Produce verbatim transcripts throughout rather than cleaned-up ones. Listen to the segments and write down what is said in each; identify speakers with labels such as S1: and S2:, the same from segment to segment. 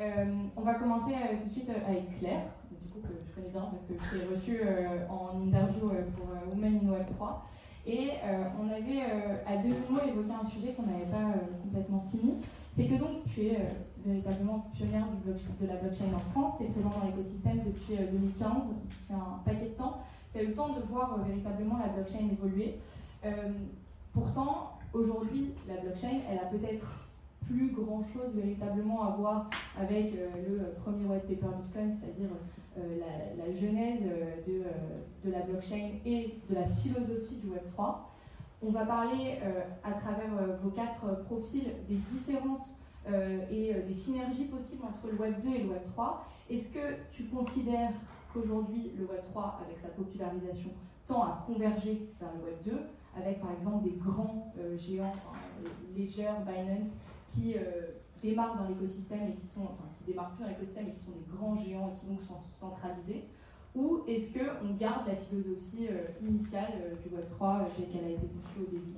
S1: Euh, on va commencer euh, tout de suite euh, avec Claire, du coup que je connais bien parce que je t'ai reçue euh, en interview euh, pour euh, Women in Web trois. Et euh, on avait euh, à demi-mot évoqué un sujet qu'on n'avait pas euh, complètement fini. C'est que donc tu es euh, véritablement pionnière du blockchain, de la blockchain en France, tu es présent dans l'écosystème depuis euh, deux mille quinze, ça fait un paquet de temps. Tu as eu le temps de voir euh, véritablement la blockchain évoluer. Euh, pourtant, aujourd'hui, la blockchain, elle a peut-être plus grand-chose véritablement à voir avec euh, le premier white paper Bitcoin, c'est-à-dire euh, la, la genèse euh, de, euh, de la blockchain et de la philosophie du Web trois. On va parler euh, à travers euh, vos quatre euh, profils des différences euh, et euh, des synergies possibles entre le Web deux et le Web trois. Est-ce que tu considères qu'aujourd'hui le Web trois, avec sa popularisation, tend à converger vers le Web deux, avec par exemple des grands euh, géants, enfin, Ledger, Binance, qui euh, démarrent dans l'écosystème et qui sont, enfin, qui démarrent plus dans l'écosystème et qui sont des grands géants et qui donc sont centralisés, ou est-ce qu'on garde la philosophie euh, initiale euh, du Web trois euh, telle qu'elle a été conçue au début?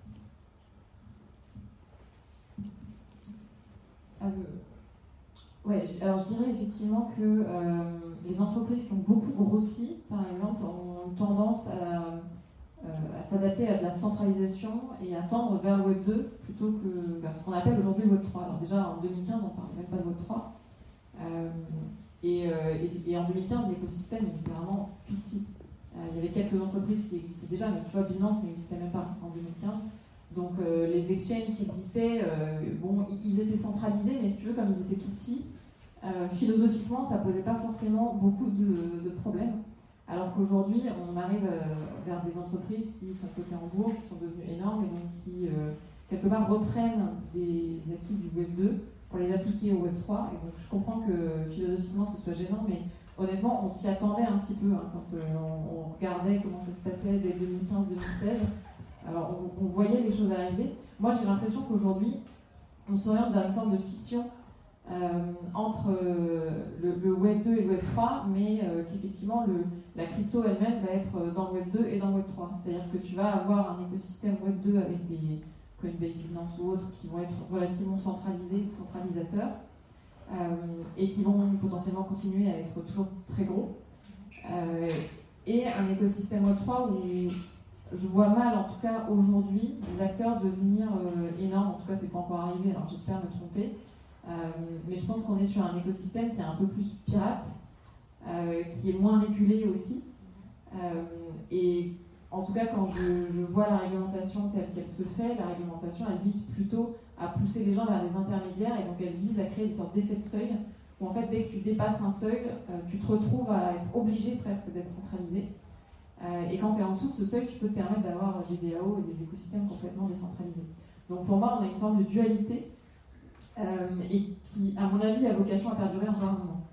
S2: euh, ouais, alors je dirais effectivement que euh, les entreprises qui ont beaucoup grossi, par exemple, ont tendance à Euh, à s'adapter à de la centralisation et à tendre vers le Web deux plutôt que vers ce qu'on appelle aujourd'hui le Web trois. Alors déjà en deux mille quinze on ne parlait même pas de Web trois euh, et, euh, et, et en deux mille quinze l'écosystème il était vraiment tout petit. Euh, il y avait quelques entreprises qui existaient déjà, mais tu vois Binance n'existait même pas en deux mille quinze. Donc euh, les exchanges qui existaient, euh, bon ils étaient centralisés, mais si tu veux comme ils étaient tout petits, euh, philosophiquement ça posait pas forcément beaucoup de, de problèmes. Alors qu'aujourd'hui, on arrive vers des entreprises qui sont cotées en bourse, qui sont devenues énormes et donc qui, euh, quelque part, reprennent des acquis du Web deux pour les appliquer au Web trois. Et donc, je comprends que philosophiquement, ce soit gênant, mais honnêtement, on s'y attendait un petit peu hein, quand euh, on, on regardait comment ça se passait dès deux mille quinze deux mille seize. Euh, on, on voyait les choses arriver. Moi, j'ai l'impression qu'aujourd'hui, on s'oriente vers une forme de scission Euh, entre euh, le, le Web deux et le Web trois, mais euh, qu'effectivement le, la crypto elle-même va être dans le Web deux et dans le Web trois. C'est-à-dire que tu vas avoir un écosystème Web deux avec des Coinbase, Binance ou autres qui vont être relativement centralisés, centralisateurs, euh, et qui vont potentiellement continuer à être toujours très gros. Euh, et un écosystème Web trois où je vois mal, en tout cas aujourd'hui, des acteurs devenir euh, énormes. En tout cas, c'est pas encore arrivé, alors j'espère me tromper. Euh, mais je pense qu'on est sur un écosystème qui est un peu plus pirate, euh, qui est moins régulé aussi. Euh, et en tout cas, quand je, je vois la réglementation telle qu'elle se fait, la réglementation, elle vise plutôt à pousser les gens vers des intermédiaires, et donc elle vise à créer des sortes d'effets de seuil, où en fait, dès que tu dépasses un seuil, euh, tu te retrouves à être obligé presque d'être centralisé. Euh, et quand tu es en dessous de ce seuil, tu peux te permettre d'avoir des D A O et des écosystèmes complètement décentralisés. Donc pour moi, on a une forme de dualité Euh, et qui, à mon avis, a vocation à perdurer encore un moment.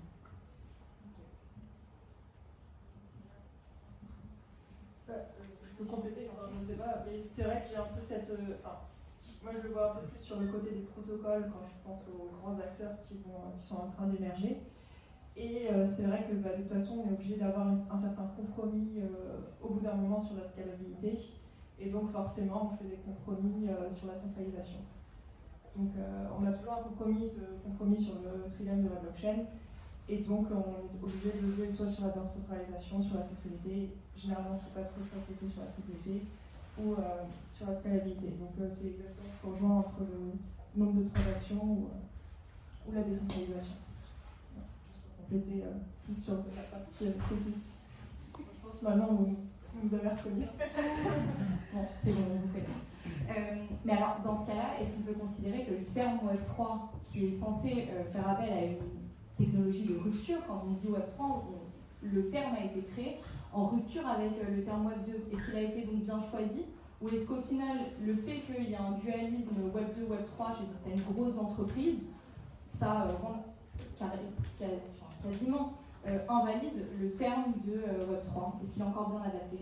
S3: Euh, je peux compléter, enfin, je ne sais pas, mais c'est vrai que j'ai un peu cette... Euh, enfin, moi, je le vois un peu plus sur le côté des protocoles quand je pense aux grands acteurs qui, vont, qui sont en train d'émerger. Et euh, c'est vrai que bah, de toute façon, on est obligé d'avoir une, un certain compromis euh, au bout d'un moment sur la scalabilité. Et donc, forcément, on fait des compromis euh, sur la centralisation. Donc euh, on a toujours un compromis, ce compromis sur le triangle de la blockchain, et donc on est obligé de jouer soit sur la décentralisation, sur la sécurité. Généralement c'est pas trop le choix qui est fait sur la sécurité, ou euh, sur la scalabilité. Donc euh, c'est exactement ce qu'on rejoint entre le nombre de transactions ou, euh, ou la décentralisation. Voilà, juste pour compléter euh, plus sur la partie euh, technique. Je pense maintenant vous, vous avez reconnu.
S1: Bon, c'est bon, on vous connaît. Euh, mais alors, dans ce cas-là, est-ce qu'on peut considérer que le terme Web trois, qui est censé euh, faire appel à une technologie de rupture, quand on dit Web trois, on, le terme a été créé en rupture avec euh, le terme Web deux. Est-ce qu'il a été donc bien choisi? Ou est-ce qu'au final, le fait qu'il y a un dualisme Web deux, Web trois chez certaines grosses entreprises, ça euh, rend carré, carré, enfin, quasiment euh, invalide le terme de euh, Web trois? Est-ce qu'il est encore bien adapté?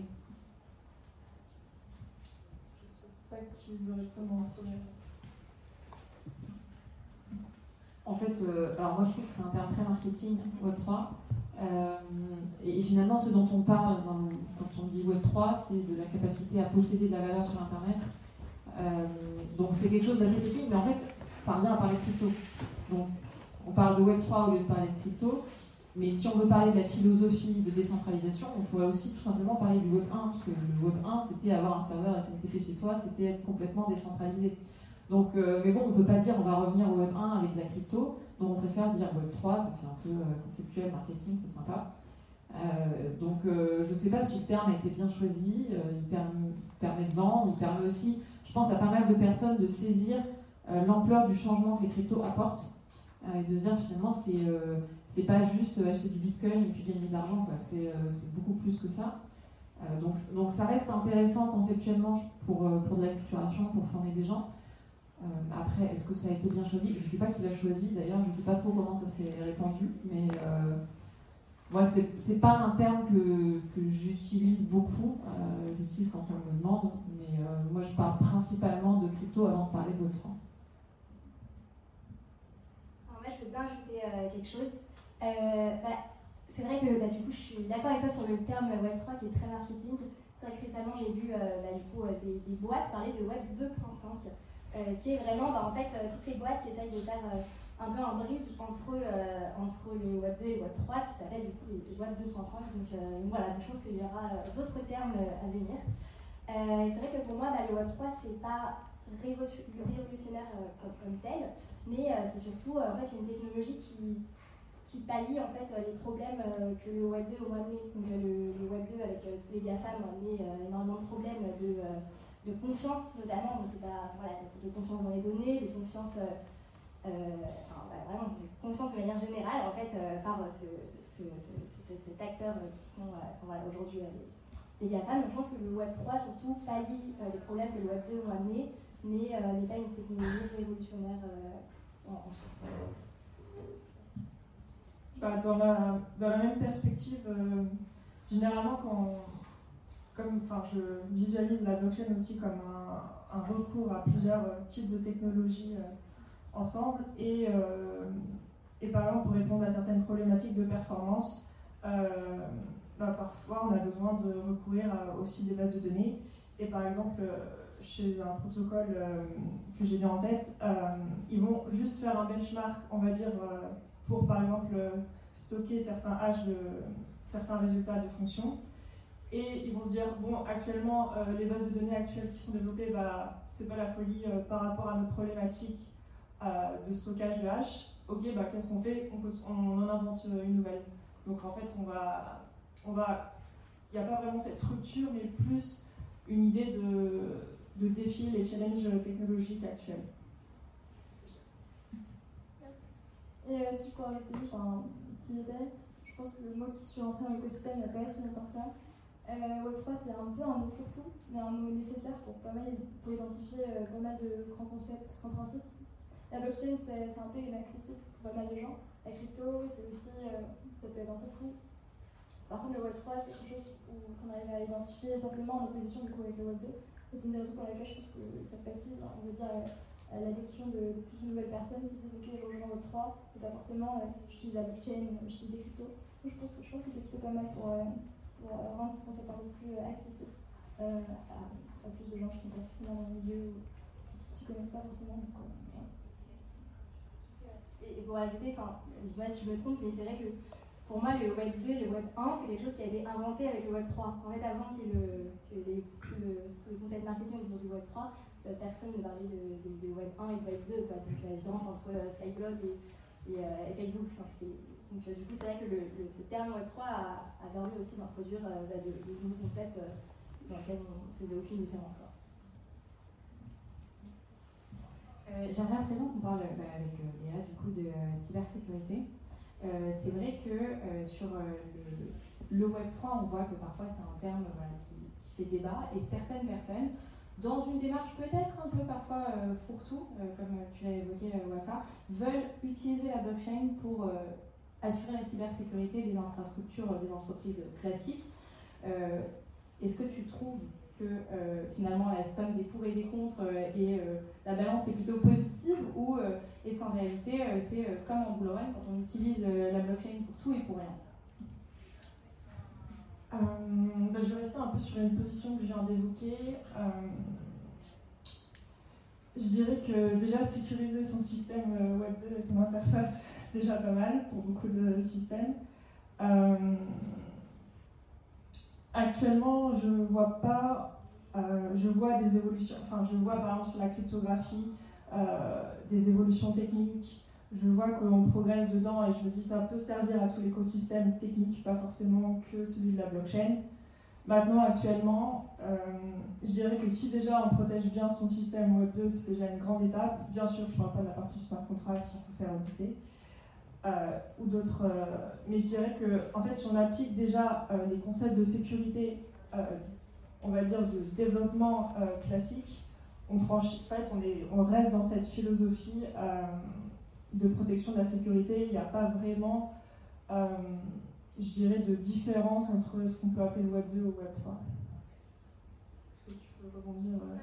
S3: Pas qui veut répondre en premier.
S2: En fait, euh, alors moi je trouve que c'est un terme très marketing, Web trois. Euh, et, et finalement, ce dont on parle dans, quand on dit Web trois, c'est de la capacité à posséder de la valeur sur Internet. Euh, donc c'est quelque chose d'assez technique, mais en fait, ça revient à parler de crypto. Donc on parle de Web trois au lieu de parler de crypto. Mais si on veut parler de la philosophie de décentralisation, on pourrait aussi tout simplement parler du Web un, parce que le Web un, c'était avoir un serveur S M T P chez soi, c'était être complètement décentralisé. Donc, euh, mais bon, on ne peut pas dire on va revenir au Web un avec de la crypto, donc on préfère dire Web trois, ça fait un peu euh, conceptuel, marketing, c'est sympa. Euh, donc euh, je ne sais pas si le terme a été bien choisi, euh, il permet, permet de vendre, il permet aussi, je pense à pas mal de personnes de saisir euh, l'ampleur du changement que les cryptos apportent. Et de dire finalement c'est euh, c'est pas juste acheter du bitcoin et puis gagner de l'argent, quoi. C'est, euh, c'est beaucoup plus que ça. Euh, donc, donc ça reste intéressant conceptuellement pour, euh, pour de l'acculturation, pour former des gens. Euh, après, est-ce que ça a été bien choisi? Je sais pas qui l'a choisi d'ailleurs, je sais pas trop comment ça s'est répandu, mais euh, moi c'est, c'est pas un terme que, que j'utilise beaucoup, euh, j'utilise quand on me le demande, mais euh, moi je parle principalement de crypto avant de parler de Web trois.
S4: Je veux bien ajouter euh, quelque chose. Euh, bah, c'est vrai que bah, du coup, je suis d'accord avec toi sur le terme Web trois qui est très marketing. C'est vrai que récemment, j'ai vu euh, bah, du coup, euh, des, des boîtes parler de Web deux point cinq, euh, qui est vraiment bah, en fait, euh, toutes ces boîtes qui essayent de faire euh, un peu un bridge entre, euh, entre le Web deux et le Web trois, qui s'appelle du coup les Web deux point cinq. Donc euh, voilà, je pense qu'il y aura euh, d'autres termes euh, à venir. Euh, c'est vrai que pour moi, bah, le Web trois, c'est pas révolutionnaire euh, comme, comme tel, mais euh, c'est surtout euh, en fait une technologie qui, qui pallie en fait euh, les problèmes euh, que le Web deux a amené. Donc euh, le, le Web deux avec euh, tous les GAFAM a amené euh, énormément de problèmes de, euh, de confiance notamment, donc c'est pas, voilà, de confiance dans les données, de confiance, euh, euh, enfin, bah, vraiment de confiance de manière générale en fait euh, par ce, ce, ce, ce, cet acteur euh, qui sont euh, enfin, voilà, aujourd'hui euh, les, les GAFAM. Donc je pense que le Web trois surtout pallie euh, les problèmes que le Web deux a amené, mais euh, n'est pas une technologie révolutionnaire euh, en, en soi.
S3: Bah, dans, la, dans la même perspective, euh, généralement, quand, comme, je visualise la blockchain aussi comme un, un recours à plusieurs euh, types de technologies euh, ensemble, et, euh, et par exemple, pour répondre à certaines problématiques de performance, euh, bah, parfois on a besoin de recourir à aussi des bases de données, et par exemple, euh, chez un protocole euh, que j'ai bien en tête, euh, ils vont juste faire un benchmark, on va dire, euh, pour par exemple euh, stocker certains hashes de certains résultats de fonctions. Et ils vont se dire, bon, actuellement, euh, les bases de données actuelles qui sont développées, bah, c'est pas la folie euh, par rapport à notre problématique euh, de stockage de hash. Ok, bah, qu'est-ce qu'on fait? on, on en invente une nouvelle. Donc en fait, on va, on va, il n'y a pas vraiment cette rupture, mais plus une idée de de défier les challenges technologiques actuels.
S5: Et euh, si je peux rajouter juste un petit détail, je pense que moi qui suis entrée dans l'écosystème il n'y a pas si longtemps que ça, euh, Web trois c'est un peu un mot fourre-tout, mais un mot nécessaire pour, pas mal, pour identifier euh, pas mal de grands concepts, grands principes. La blockchain c'est, c'est un peu inaccessible pour pas mal de gens. La crypto, c'est aussi, euh, ça peut être un peu flou. Par contre le Web trois c'est quelque chose où, qu'on arrive à identifier simplement en opposition du coup avec le Web deux. Et c'est une des raisons pour laquelle je pense que ça facilite, on va dire, euh, l'adoption de, de plus de nouvelles personnes qui disent ok, je rejoins Web trois, et pas forcément euh, j'utilise la blockchain, j'utilise des cryptos. Donc je pense, je pense que c'est plutôt pas mal pour, euh, pour euh, rendre ce concept un peu plus euh, accessible euh, à, à plus de gens qui ne sont pas forcément dans le milieu ou qui ne s'y connaissent pas forcément. Donc, euh, ouais.
S4: et, et pour ajouter, enfin, je sais pas si je me trompe, mais c'est vrai que pour moi, le Web deux et le Web un, c'est quelque chose qui a été inventé avec le Web trois. En fait, avant qu'il y ait le, que les, tout, le, tout le concept marketing autour du Web trois, euh, personne ne parlait de, de, de Web un et de Web deux, quoi. Donc la différence entre euh, Skyblog et, et, euh, et Facebook. Enfin, donc euh, du coup, c'est vrai que le, le, ce terme Web trois a, a permis aussi d'introduire euh, bah, de, de nouveaux concepts euh, dans lesquels on ne faisait aucune différence, quoi.
S1: Euh, J'aimerais à présent qu'on parle bah, avec euh, Léa du coup de euh, cybersécurité. Euh, c'est vrai que euh, sur euh, le, le Web trois, on voit que parfois c'est un terme voilà, qui, qui fait débat, et certaines personnes, dans une démarche peut-être un peu parfois euh, fourre-tout, euh, comme tu l'as évoqué euh, Wafa, veulent utiliser la blockchain pour euh, assurer la cybersécurité des infrastructures euh, des entreprises classiques. Euh, est-ce que tu trouves que euh, finalement la somme des pour et des contre euh, et euh, la balance est plutôt positive, ou euh, est-ce qu'en réalité euh, c'est euh, comme en bull run quand on utilise euh, la blockchain pour tout et pour rien?
S3: euh, bah, Je vais rester un peu sur une position que je viens d'évoquer. Euh, je dirais que déjà sécuriser son système Web deux et son interface, c'est déjà pas mal pour beaucoup de systèmes. Euh, actuellement, je vois pas, euh, je vois des évolutions, enfin, je vois par exemple sur la cryptographie euh, des évolutions techniques. Je vois qu'on progresse dedans et je me dis ça peut servir à tout l'écosystème technique, pas forcément que celui de la blockchain. Maintenant, actuellement, euh, je dirais que si déjà on protège bien son système Web deux, c'est déjà une grande étape. Bien sûr, je ne parle pas de la partie smart contract qu'il faut faire auditer, euh, ou d'autres. Euh, mais je dirais que, en fait, si on applique déjà euh, les concepts de sécurité, euh, on va dire de développement euh, classique, on franchit, en fait, on, est, on reste dans cette philosophie euh, de protection de la sécurité. Il n'y a pas vraiment. Euh, je dirais, de différence entre ce qu'on peut appeler le Web deux ou le Web trois. Est-ce que tu peux rebondir euh...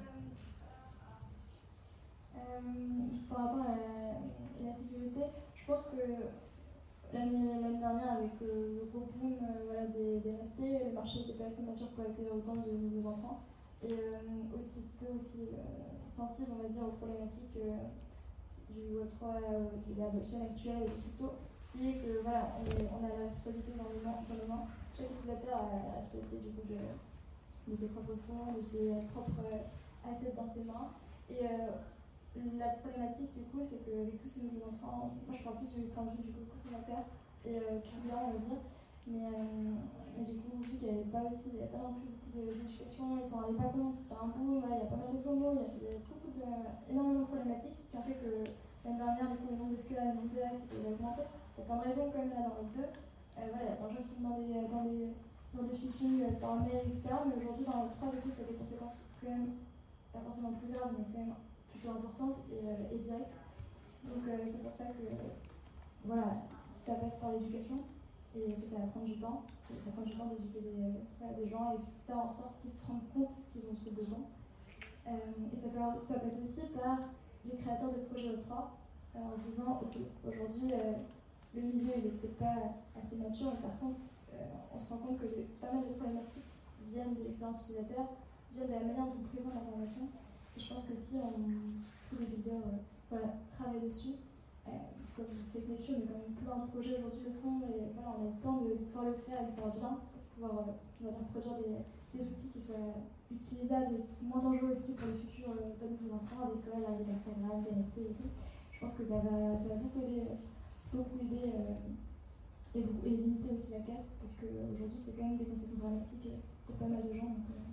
S5: Euh, Par rapport à la, la sécurité, je pense que l'année, l'année dernière, avec euh, le gros boom euh, voilà, des, des N F T, le marché n'était pas assez mature pour accueillir autant de nouveaux entrants et euh, aussi peu aussi euh, sensible, on va dire, aux problématiques euh, du Web trois, euh, de la blockchain actuelle et des cryptos. Qui est que voilà, on, est, on a la responsabilité dans les mains, dans les mains. Chaque utilisateur a la responsabilité du coup de, de ses propres fonds, de ses propres euh, assets dans ses mains. Et euh, la problématique du coup, c'est que avec tous ces nouveaux entrants, moi je parle plus du point de vue du coup consommateur et euh, client, on va dire. Mais, euh, mais du coup, vu qu'il n'y avait pas aussi, il n'y avait pas non plus beaucoup d'éducation, ils ne s'en rendaient pas compte, c'est un boom, voilà, il y a pas mal de FOMO, il y a, il y a beaucoup de, énormément de problématiques qui ont fait que l'année dernière, du coup, le nombre de scams, le nombre de hacks, il a augmenté. Il y a plein de raisons, comme il y en a dans le deux. Euh, voilà, il y a plein de gens qui tombent dans des, dans des, dans des phishing euh, par mail, et cetera. Mais aujourd'hui, dans le trois, du coup, ça a des conséquences quand même, pas forcément plus graves, mais quand même plutôt importantes et, euh, et directes. Donc, euh, c'est pour ça que, voilà, ça passe par l'éducation. Et ça, ça va prendre du temps. Et ça prend du temps d'éduquer des, euh, voilà, des gens et faire en sorte qu'ils se rendent compte qu'ils ont ce besoin. Euh, et ça, peut, ça passe aussi par les créateurs de projets Web trois, euh, en se disant, ok, aujourd'hui, euh, le milieu il n'est peut-être pas assez mature, mais par contre, euh, on se rend compte que les, pas mal de problématiques viennent de l'expérience utilisateur, viennent de la manière dont on présente l'information. Et je pense que si on, tous les leaders euh, voilà, travaillent dessus, euh, comme Fake Nature, mais comme plein de projets aujourd'hui le font, et voilà, on a le temps de pouvoir le faire et le faire bien pour pouvoir euh, on va dire, produire des, des outils qui soient utilisables et moins dangereux aussi pour les futurs euh, nouveaux entrants avec voilà, l'arrivée d'Instagram, des N F T et tout. Je pense que ça va, ça va beaucoup aider, beaucoup aider euh, et, et limiter aussi la casse parce qu'aujourd'hui c'est quand même des conséquences dramatiques pour pas mal de gens. Donc, euh,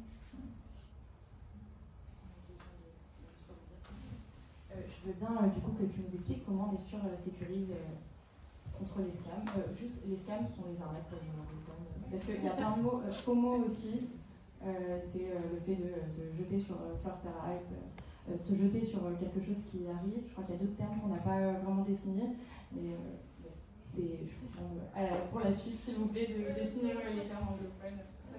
S1: Euh, je veux bien euh, du coup que tu nous expliques comment Devture euh, sécurise euh, contre les scams. Euh, juste, les scams sont les arnaques pour les anglophones. Parce qu'il y a plein de mots. Euh, FOMO aussi, euh, c'est euh, le fait de euh, se jeter sur euh, First Arrived, euh, se jeter sur euh, quelque chose qui arrive. Je crois qu'il y a d'autres termes qu'on n'a pas euh, vraiment définis. Mais euh, bon, c'est, je vous demande euh, pour la suite, s'il vous plaît, de définir euh, les termes anglophones.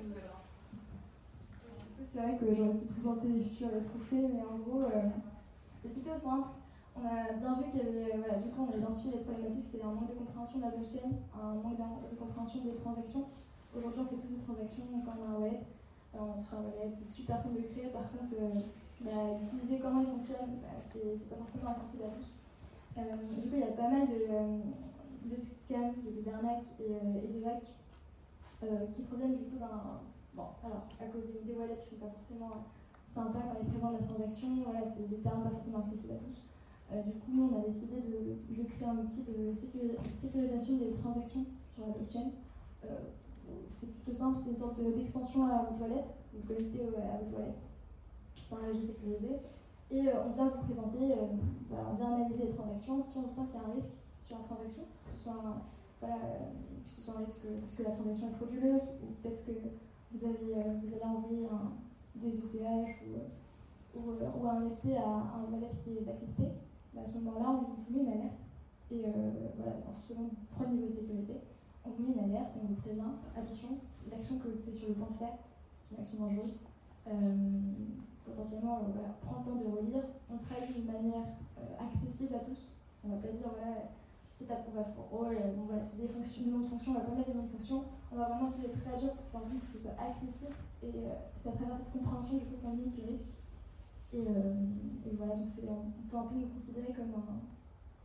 S5: C'est vrai que j'aurais pu présenter les futurs et ce qu'on fait, mais en gros, euh, c'est plutôt simple. On a bien vu qu'il y avait, voilà, du coup, on a identifié les problématiques, c'est un manque de compréhension de la blockchain, un manque de compréhension des transactions. Aujourd'hui, on fait tous des transactions quand on a un wallet. Alors, on a tous un wallet, c'est super simple de le créer. Par contre, euh, bah, utiliser comment il fonctionne, bah, c'est, c'est pas forcément accessible à tous. Euh, du coup, il y a pas mal de, euh, de scams, de d'arnaques et, euh, et de hacks euh, qui proviennent du coup d'un. Bon, alors, à cause des, des wallets qui sont pas forcément sympas quand ils présentent la transaction, voilà, c'est des termes pas forcément accessibles à tous. Euh, du coup, nous, on a décidé de, de créer un outil de sécuris- sécurisation des transactions sur la blockchain. Euh, c'est plutôt simple, c'est une sorte d'extension à votre wallet, vous vous connectez à votre wallet, c'est un réseau sécurisé, et euh, on vient vous présenter, euh, voilà, on vient analyser les transactions. Si on sent qu'il y a un risque sur la transaction, que ce soit un, voilà, que ce soit un risque parce que la transaction est frauduleuse, ou peut-être que vous, avez, euh, vous allez envoyer un, des O T H ou, ou, ou un N F T à, à un wallet qui est blacklisté, bah à ce moment-là, on vous met une alerte. Et euh, voilà, selon le premier niveau de sécurité, on vous met une alerte et on vous prévient, attention, l'action que tu es sur le point de faire, c'est une action dangereuse. Euh, potentiellement, euh, voilà, prends le temps de relire. On travaille d'une manière euh, accessible à tous. On ne va pas dire, voilà, c'est approuvé for all, euh, bon, voilà, c'est des fonctions, noms de fonctions, on va pas mettre des noms de fonctions. On va vraiment essayer de traduire pour faire en sorte que ce soit accessible. Et euh, c'est à travers cette compréhension du coup qu'on limite le risque. Et, euh, et voilà, donc c'est, on peut un peu nous considérer comme un,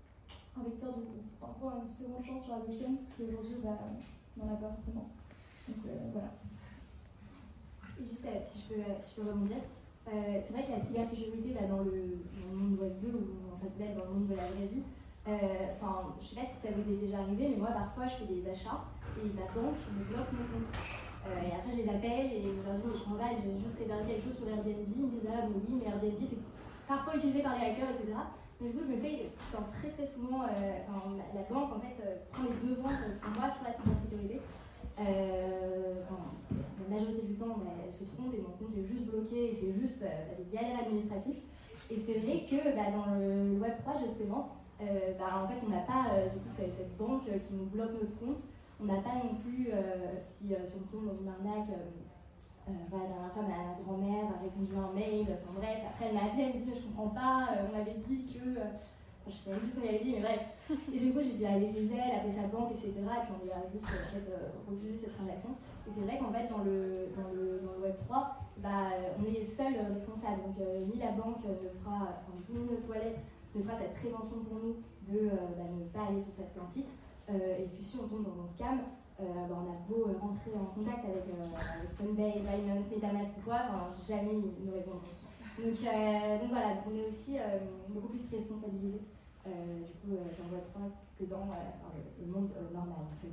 S5: un vecteur de un peu une seconde chance sur la blockchain qui aujourd'hui bah, n'en a pas forcément. Donc euh, voilà.
S4: Et juste euh, si, je peux, euh, si je peux rebondir, euh, c'est vrai que la cybersécurité bah, dans, le, dans le monde web deux ou en fait même dans le monde de la vraie vie, enfin euh, je sais pas si ça vous est déjà arrivé, mais moi parfois je fais des achats et ma banque me bloque mon compte. Euh, et après je les appelle et je leur dis mais je m'en vais, j'ai juste réservé quelque chose sur Airbnb, ils me disent ah mais oui mais Airbnb c'est parfois utilisé par les hackers, et cetera. Mais du coup je me fais enfin, très très souvent, euh, la, la banque en fait euh, prend les devants pour moi sur la cybersécurité. Euh, enfin, la majorité du temps bah, elle se trompe et mon compte est juste bloqué et c'est juste euh, des galères administratives. Et c'est vrai que bah, dans le web trois justement, euh, bah, en fait on n'a pas euh, du coup cette, cette banque qui nous bloque notre compte. On n'a pas non plus, euh, si, euh, si on tombe dans une arnaque, euh, euh, voilà, la dernière fois ma grand-mère a répondu à un mail, enfin bref, après elle m'a appelé, elle me dit mais je comprends pas, euh, on m'avait dit que, euh, enfin, je sais même plus ce qu'on lui avait dit, mais bref. Et du coup j'ai dû aller chez elle, appeler sa banque, et cetera. Et puis on lui a juste en fait, euh, refusé cette transaction. Et c'est vrai qu'en fait dans le, dans le, dans le web trois, bah, on est les seuls responsables. Donc euh, ni la banque ne fera, enfin ni nos toilettes ne fera cette prévention pour nous de euh, bah, ne pas aller sur certains sites. Euh, et puis si on tombe dans un scam, euh, bah, on a beau rentrer en contact avec, euh, avec Coinbase, Binance, MetaMask ou quoi, enfin, jamais ils nous répondent. Donc, euh, donc voilà, on est aussi euh, beaucoup plus responsabilisés euh, du coup euh, dans le web trois que dans euh, enfin, le, le monde euh, normal en fait.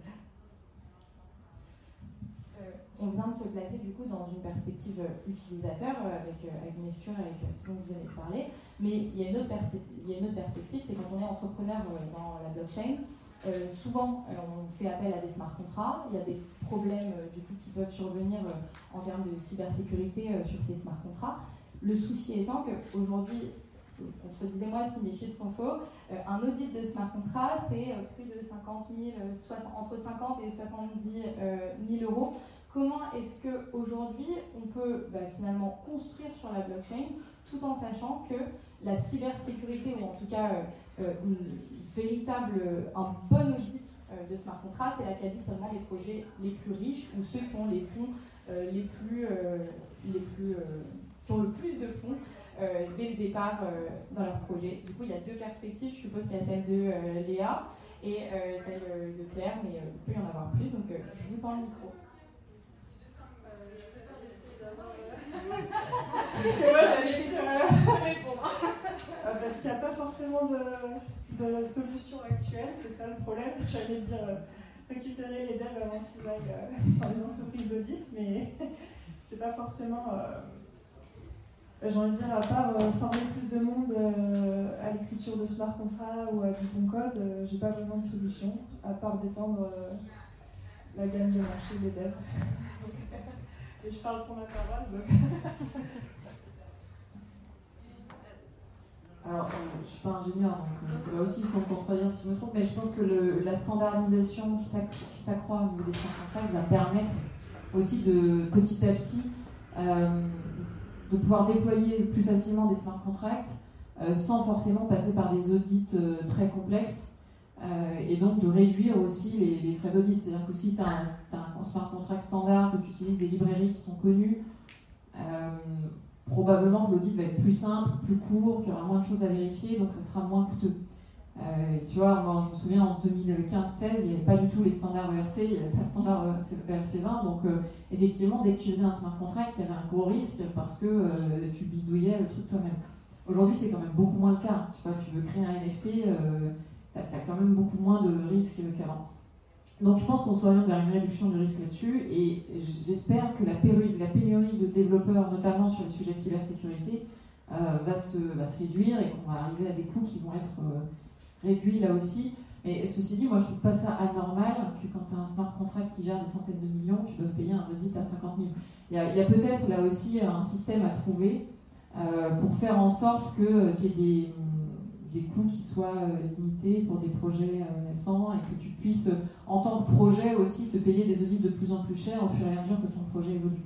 S1: Euh, on vient de se placer du coup dans une perspective utilisateur euh, avec, euh, avec Nefture, avec euh, ce dont vous venez de parler, mais il y a une autre, perse- il y a une autre perspective, c'est quand on est entrepreneur euh, dans la blockchain. Euh, souvent, euh, on fait appel à des smart contracts. Il y a des problèmes euh, du coup, qui peuvent survenir euh, en termes de cybersécurité euh, sur ces smart contracts. Le souci étant qu'aujourd'hui, contredisez-moi si mes chiffres sont faux, euh, un audit de smart contract, c'est euh, plus de cinquante mille, soixante, entre cinquante et soixante-dix mille euros. Comment est-ce qu'aujourd'hui, on peut bah, finalement construire sur la blockchain tout en sachant que la cybersécurité, ou en tout cas euh, euh, une véritable, un bon audit euh, de smart contract, c'est la quasi seulement des projets les plus riches ou ceux qui ont les fonds euh, les plus, euh, les plus euh, qui ont le plus de fonds euh, dès le départ euh, dans leur projet. Du coup, il y a deux perspectives. Je suppose qu'il y a celle de euh, Léa et euh, celle de Claire, mais euh, il peut y en avoir plus. Donc, euh, je vous tends le micro.
S3: Et moi j'allais sur répondre. Parce qu'il n'y a pas forcément de, de solution actuelle, c'est ça le problème. J'allais dire euh, récupérer les devs avant qu'ils aillent euh, dans les entreprises d'audit, mais c'est pas forcément. Euh, j'ai envie de dire, à part euh, former plus de monde euh, à l'écriture de smart contracts ou à du bon code, euh, j'ai pas vraiment de solution, à part d'étendre euh, la gamme de marché des devs. Et je parle pour ma paroisse, donc.
S2: Alors, euh, je ne suis pas ingénieur, donc euh, là aussi il faut me contredire si je me trompe, mais je pense que le, la standardisation qui, s'accro- qui s'accroît au niveau des smart contracts va permettre aussi de petit à petit euh, de pouvoir déployer plus facilement des smart contracts euh, sans forcément passer par des audits euh, très complexes euh, et donc de réduire aussi les, les frais d'audit. C'est-à-dire que si tu as un, un smart contract standard, que tu utilises des librairies qui sont connues, euh, probablement que l'audit va être plus simple, plus court, qu'il y aura moins de choses à vérifier, donc ça sera moins coûteux. Euh, tu vois, moi je me souviens en deux mille quinze seize, il n'y avait pas du tout les standards E R C, il n'y avait pas de standard E R C vingt, donc euh, effectivement, dès que tu faisais un smart contract, il y avait un gros risque parce que euh, tu bidouillais le truc toi-même. Aujourd'hui, c'est quand même beaucoup moins le cas. Tu vois, tu veux créer un N F T, euh, tu as quand même beaucoup moins de risques qu'avant. Donc je pense qu'on s'oriente vers une réduction du risque là-dessus et j'espère que la pénurie, la pénurie de développeurs, notamment sur les sujets cybersécurité, euh, va, se, va se réduire et qu'on va arriver à des coûts qui vont être euh, réduits là aussi. Mais ceci dit, moi je trouve pas ça anormal que quand tu as un smart contract qui gère des centaines de millions, tu dois payer un audit à cinquante mille. Il y a, il y a peut-être là aussi un système à trouver euh, pour faire en sorte que tu aies des... des coûts qui soient limités pour des projets naissants et que tu puisses, en tant que projet aussi, te payer des audits de plus en plus chers au fur et à mesure que ton projet évolue.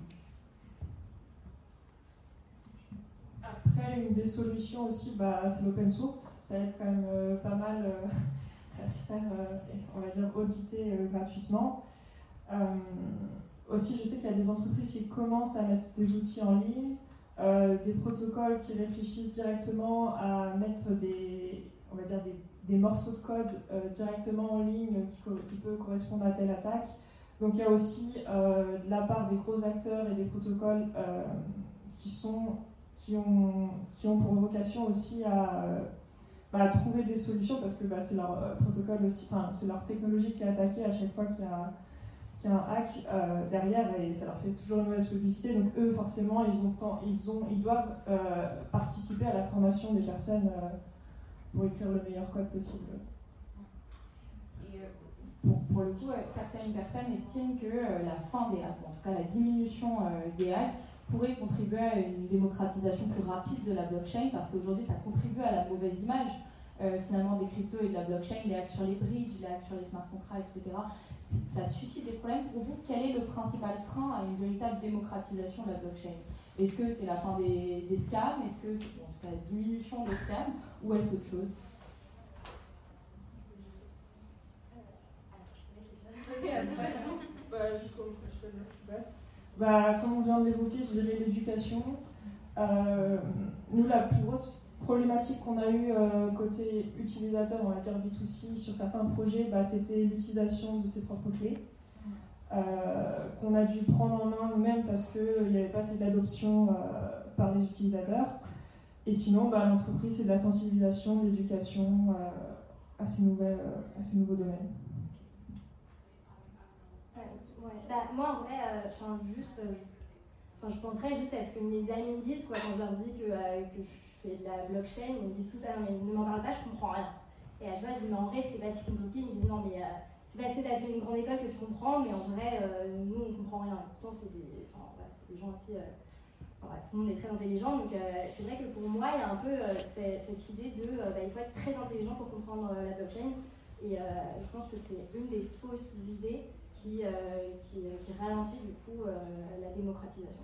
S3: Après, une des solutions aussi, bah, c'est l'open source. Ça aide quand même euh, pas mal euh, à se faire, euh, on va dire, auditer euh, gratuitement. Euh, aussi, je sais qu'il y a des entreprises qui commencent à mettre des outils en ligne. Euh, des protocoles qui réfléchissent directement à mettre des, on va dire des des morceaux de code euh, directement en ligne qui, qui peut correspondre à telle attaque. Donc il y a aussi euh, de la part des gros acteurs et des protocoles euh, qui, sont, qui, ont, qui ont pour vocation aussi à, euh, bah, à trouver des solutions parce que bah, c'est leur euh, protocole aussi, enfin c'est leur technologie qui est attaquée à chaque fois qu'il y a, qu'il y a un hack euh, derrière et ça leur fait toujours une mauvaise publicité. Donc eux forcément ils, ont temps, ils, ont, ils doivent euh, participer à la formation des personnes euh, pour écrire le meilleur code possible.
S1: Pour, pour le coup, euh, certaines personnes estiment que euh, la fin des hacks, ou en tout cas la diminution euh, des hacks, pourrait contribuer à une démocratisation plus rapide de la blockchain, parce qu'aujourd'hui ça contribue à la mauvaise image euh, finalement des cryptos et de la blockchain, les hacks sur les bridges, les hacks sur les smart contracts, et cetera. Ça suscite des problèmes. Pour vous, quel est le principal frein à une véritable démocratisation de la blockchain? Est-ce que c'est la fin des, des scams? Est-ce que c'est bon, en tout cas la diminution des scams? Ou est-ce autre chose?
S3: Bah, bah, comme on vient de l'évoquer, je dirais l'éducation. Euh, nous, la plus grosse problématique qu'on a eue euh, côté utilisateur, on va dire B deux C, sur certains projets, bah, c'était l'utilisation de ses propres clés, euh, qu'on a dû prendre en main nous-mêmes parce qu'il n'y avait pas cette adoption euh, par les utilisateurs. Et sinon, bah, l'entreprise, c'est de la sensibilisation, de l'éducation euh, à, ces nouvelles, euh, à ces nouveaux domaines.
S4: Ouais. Bah, moi, en vrai, euh, juste, euh, je penserais juste à ce que mes amis me disent quoi, quand je leur dis que, euh, que je fais de la blockchain. Ils me disent tout ça, mais ne m'en parle pas, je comprends rien. Et à chaque fois, je dis, mais en vrai, c'est pas si compliqué. Ils me disent, non, mais euh, c'est parce que tu as fait une grande école que je comprends, mais en vrai, euh, nous, on comprend rien. Et pourtant, c'est des, enfin, voilà, c'est des gens aussi. Euh, voilà, tout le monde est très intelligent, donc euh, c'est vrai que pour moi, il y a un peu euh, cette, cette idée de euh, bah, il faut être très intelligent pour comprendre euh, la blockchain. Et euh, je pense que c'est une des fausses idées qui, euh, qui, qui ralentit du coup euh, la démocratisation.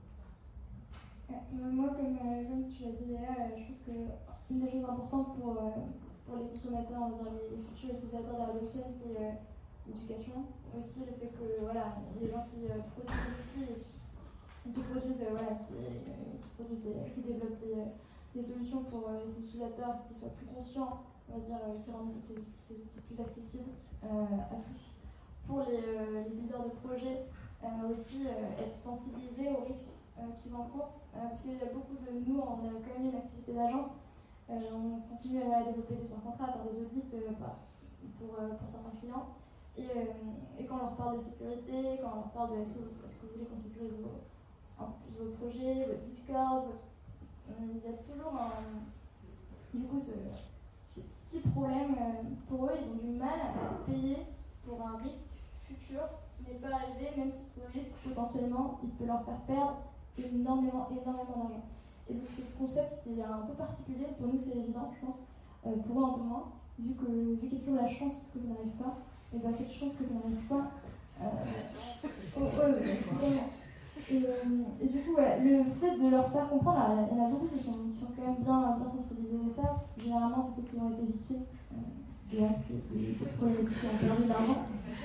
S5: Euh, moi, comme, euh, comme tu l'as dit Léa, euh, je pense qu'une des choses importantes pour, euh, pour les consommateurs, on va dire les, les futurs utilisateurs de la blockchain, c'est euh, l'éducation. Aussi le fait que voilà, les gens qui euh, produisent des outils, qui produisent, euh, voilà, qui, euh, qui, produisent des, qui développent des, des solutions pour euh, ces utilisateurs qui soient plus conscients, on va dire, euh, qui rendent ces, ces outils plus accessibles euh, à tous. Pour les, euh, les leaders de projet, euh, aussi euh, être sensibilisés aux risques euh, qu'ils encourent, euh, parce qu'il y a beaucoup de nous, on a quand même une activité d'agence, euh, on continue à développer des smart contrats, à faire des audits euh, bah, pour, euh, pour certains clients, et, euh, et quand on leur parle de sécurité, quand on leur parle de est-ce que, est-ce que vous voulez qu'on sécurise vos, un peu plus vos projets, votre Discord, votre, euh, il y a toujours un, du coup ce, ces petits problèmes, euh, pour eux, ils ont du mal à payer pour un risque futur qui n'est pas arrivé, même si ce risque, potentiellement, il peut leur faire perdre énormément, énormément d'argent. Et donc c'est ce concept qui est un peu particulier, pour nous c'est évident, je pense, euh, pour eux un peu moins, vu, que, vu qu'il y a toujours la chance que ça n'arrive pas, et bien cette chance que ça n'arrive pas, euh, oh, oh, totalement. Et, euh, et du coup, ouais, le fait de leur faire comprendre, il y en a beaucoup qui sont, qui sont quand même bien, bien sensibilisés à ça. Généralement, c'est ceux qui ont été victimes euh, de hacks, de, de problématiques qui ont perdu de l'argent.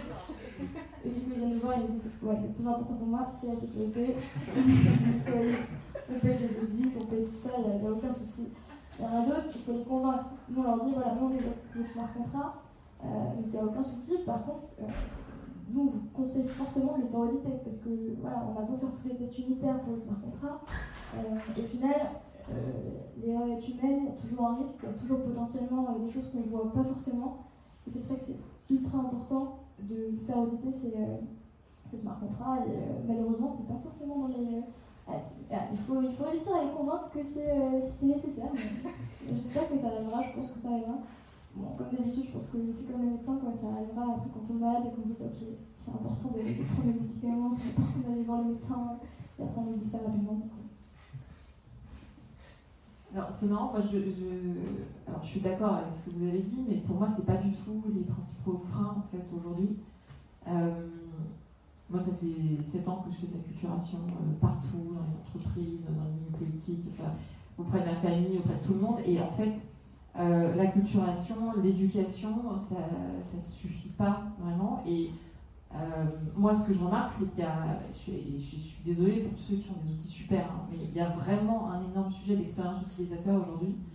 S5: Et du coup, ils viennent nous voir et ils nous disent ouais, le plus important pour moi, c'est la sécurité. on, paye, on paye les audits, on paye tout ça, il n'y a, a aucun souci. Il y en a d'autres, il faut les convaincre. Nous, on leur dit voilà, nous, on développe le smart contract, euh, donc il n'y a aucun souci. Par contre, euh, nous, on vous conseille fortement de les faire auditer parce que voilà, on a beau faire tous les tests unitaires pour le smart contract, euh, au final, euh, l'erreur est humaine, il y a toujours un risque, il y a toujours potentiellement euh, des choses qu'on ne voit pas forcément. Et c'est pour ça que c'est ultra important de faire auditer ces, euh, ces smart contracts. Et euh, malheureusement, c'est pas forcément dans les. Euh, ah, ah, il, faut, il faut réussir à les convaincre que c'est euh, nécessaire. Mais j'espère que ça arrivera, je pense que ça arrivera. Bon, comme d'habitude, je pense que c'est comme le médecin, quoi, ça arrivera après quand on est malade et qu'on se dit ok, c'est important de, de prendre les médicaments, c'est important d'aller voir le médecin, et après on oublie ça rapidement. Donc,
S2: alors c'est marrant, moi je, je, alors, je suis d'accord avec ce que vous avez dit, mais pour moi c'est pas du tout les principaux freins en fait aujourd'hui. Euh, moi ça fait sept ans que je fais de l'acculturation euh, partout, dans les entreprises, dans le milieu politique, enfin, auprès de ma famille, auprès de tout le monde, et en fait Euh, l'acculturation, l'éducation, ça ne suffit pas vraiment. Et euh, moi, ce que je remarque, c'est qu'il y a, je suis, je, suis, je suis désolée pour tous ceux qui ont des outils super, hein, mais il y a vraiment un énorme sujet d'expérience utilisateur aujourd'hui.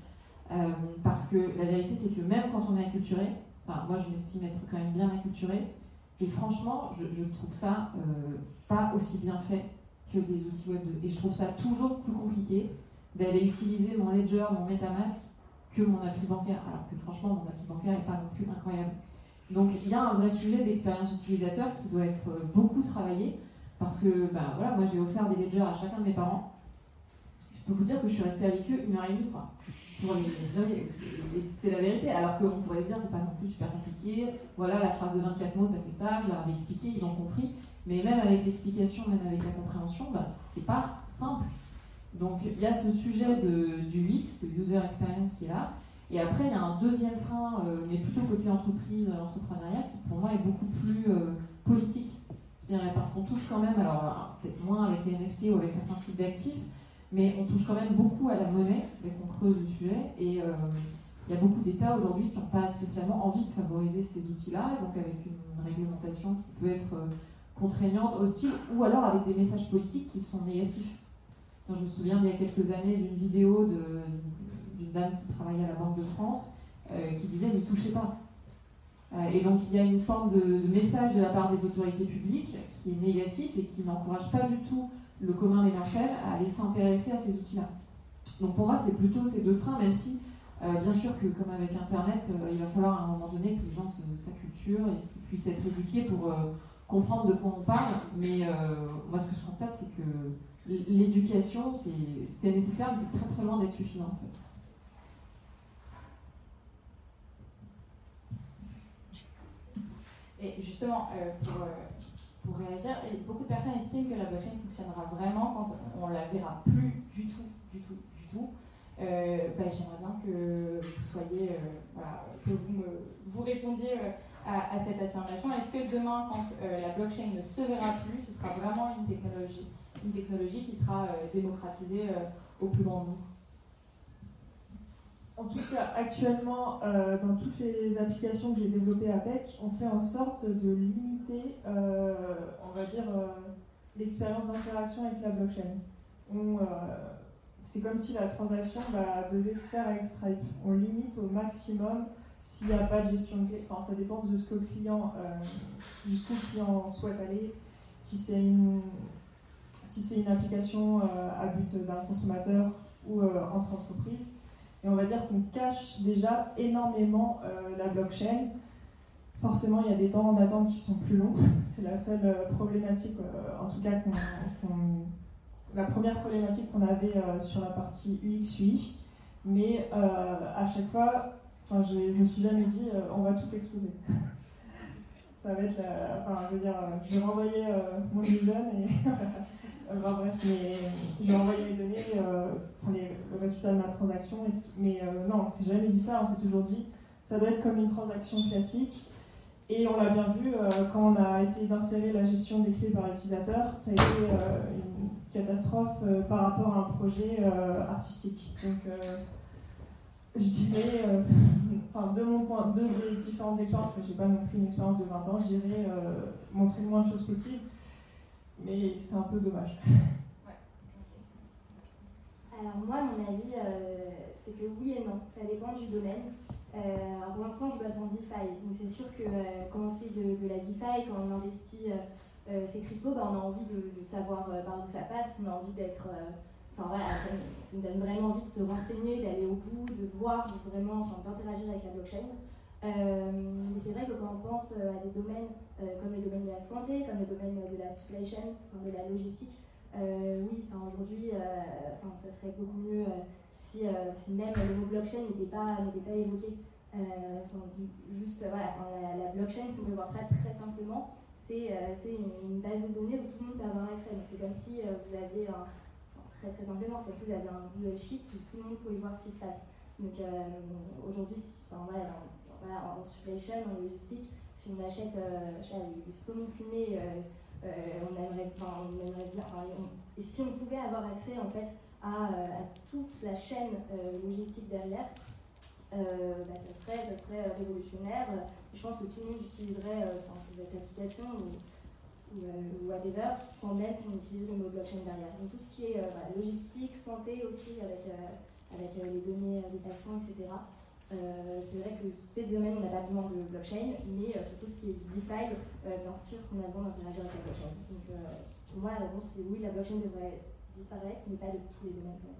S2: Euh, parce que la vérité, c'est que même quand on est acculturé, enfin, moi je m'estime être quand même bien acculturé, et franchement, je, je trouve ça euh, pas aussi bien fait que des outils web deux. Et je trouve ça toujours plus compliqué d'aller utiliser mon Ledger, mon MetaMask, que mon appli bancaire. Alors que franchement, mon appli bancaire n'est pas non plus incroyable. Donc il y a un vrai sujet d'expérience utilisateur qui doit être beaucoup travaillé, parce que ben, voilà, moi j'ai offert des Ledgers à chacun de mes parents. Je peux vous dire que je suis restée avec eux une heure et demie, quoi. Pour les... c'est, c'est la vérité, alors qu'on pourrait se dire c'est pas non plus super compliqué, voilà la phrase de vingt-quatre mots ça fait ça, je leur avais expliqué, ils ont compris, mais même avec l'explication, même avec la compréhension, bah, c'est pas simple. Donc il y a ce sujet de, du U X, de User Experience qui est là, et après il y a un deuxième frein, euh, mais plutôt côté entreprise, entrepreneuriat, qui pour moi est beaucoup plus euh, politique, je dirais, parce qu'on touche quand même, alors peut-être moins avec les N F T ou avec certains types d'actifs, mais on touche quand même beaucoup à la monnaie, dès qu'on creuse le sujet, et euh, il y a beaucoup d'États aujourd'hui qui n'ont pas spécialement envie de favoriser ces outils-là, et donc avec une réglementation qui peut être euh, contraignante, hostile, ou alors avec des messages politiques qui sont négatifs. Je me souviens il y a quelques années d'une vidéo de, d'une dame qui travaillait à la Banque de France, euh, qui disait « n'y touchez pas ». Euh, et donc il y a une forme de, de message de la part des autorités publiques qui est négatif et qui n'encourage pas du tout le commun des mortels à aller s'intéresser à ces outils-là. Donc pour moi, c'est plutôt ces deux freins, même si, euh, bien sûr que comme avec Internet, euh, il va falloir à un moment donné que les gens se, s'acculturent et qu'ils puissent être éduqués pour euh, comprendre de quoi on parle. Mais euh, moi, ce que je constate, c'est que l'éducation, c'est, c'est nécessaire, mais c'est très très loin d'être suffisant en fait.
S1: Et justement, euh, pour... Euh... Pour réagir, et beaucoup de personnes estiment que la blockchain fonctionnera vraiment quand on la verra plus du tout, du tout, du tout. Euh, bah, j'aimerais bien que vous soyez, euh, voilà, que vous me, vous répondiez euh, à, à cette affirmation. Est-ce que demain, quand euh, la blockchain ne se verra plus, ce sera vraiment une technologie, une technologie qui sera euh, démocratisée euh, au plus grand nombre?
S3: En tout cas, actuellement, euh, dans toutes les applications que j'ai développées à P E C, on fait en sorte de limiter, euh, on va dire, euh, l'expérience d'interaction avec la blockchain. On, euh, c'est comme si la transaction bah, devait se faire avec Stripe. On limite au maximum s'il n'y a pas de gestion de clé. Enfin, ça dépend de ce que le client, euh, jusqu'où le client souhaite aller. Si c'est une, si c'est une application euh, à but d'un consommateur ou euh, entre entreprises. Et on va dire qu'on cache déjà énormément euh, la blockchain. Forcément, il y a des temps d'attente qui sont plus longs. C'est la seule euh, problématique, euh, en tout cas, qu'on, qu'on, la première problématique qu'on avait euh, sur la partie U X U I. Mais euh, à chaque fois, enfin, je ne me suis jamais dit, euh, on va tout exposer. Ça va être la, enfin, je veux dire, je vais renvoyer euh, mon user et enfin, bref, mais je vais envoyer mes données, euh, enfin, les, le résultat de ma transaction, et, mais euh, non, on s'est jamais dit ça, on s'est toujours dit, ça doit être comme une transaction classique, et on l'a bien vu, euh, quand on a essayé d'insérer la gestion des clés par utilisateur, ça a été euh, une catastrophe euh, par rapport à un projet euh, artistique. Donc, euh, je dirais, euh, enfin, de mon point, de mes différentes expériences, parce que j'ai pas non plus une expérience de vingt ans, je dirais euh, montrer le moins de choses possible, mais c'est un peu dommage.
S4: Ouais. Alors moi, mon avis, euh, c'est que oui et non, ça dépend du domaine. Euh, alors pour l'instant, je bosse en DeFi, donc c'est sûr que euh, quand on fait de, de la DeFi, quand on investit euh, euh, ces cryptos, bah, on a envie de, de savoir euh, par où ça passe, on a envie d'être... Euh, Enfin voilà, ça, ça me donne vraiment envie de se renseigner, d'aller au bout, de voir, de vraiment, enfin, d'interagir avec la blockchain. Euh, mais c'est vrai que quand on pense à des domaines euh, comme les domaines de la santé, comme les domaines de la supply chain, enfin, de la logistique, euh, oui, enfin, aujourd'hui, euh, enfin, ça serait beaucoup mieux euh, si, euh, si même le mot blockchain n'était pas, n'était pas évoqué. Euh, enfin, du, juste, voilà, enfin, la, la blockchain, si on veut voir ça très simplement, c'est, euh, c'est une, une base de données où tout le monde peut avoir accès. Donc c'est comme si euh, vous aviez un Très, très simplement, c'est comme si vous aviez un Google Sheet où tout le monde pouvait voir ce qui se passe. Donc euh, aujourd'hui, si, enfin, voilà, dans, voilà, en supply chain, en logistique, si on achète euh, du saumon fumé, euh, euh, on aimerait, enfin, on aimerait bien. Enfin, on, et si on pouvait avoir accès en fait à, à toute la chaîne euh, logistique derrière, euh, bah, ça serait, ça serait révolutionnaire. Je pense que tout le monde utiliserait euh, cette application. Ou, ou whatever, sans même qu'on utilise le mot blockchain derrière. Donc tout ce qui est euh, bah, logistique, santé aussi, avec, euh, avec euh, les données des patients, et cetera. Euh, c'est vrai que sur ces domaines, on n'a pas besoin de blockchain, mais euh, sur tout ce qui est DeFi, euh, bien sûr qu'on a besoin d'interagir avec la blockchain. Donc euh, pour moi, la réponse c'est oui, la blockchain devrait disparaître, mais pas de tous les domaines quand même.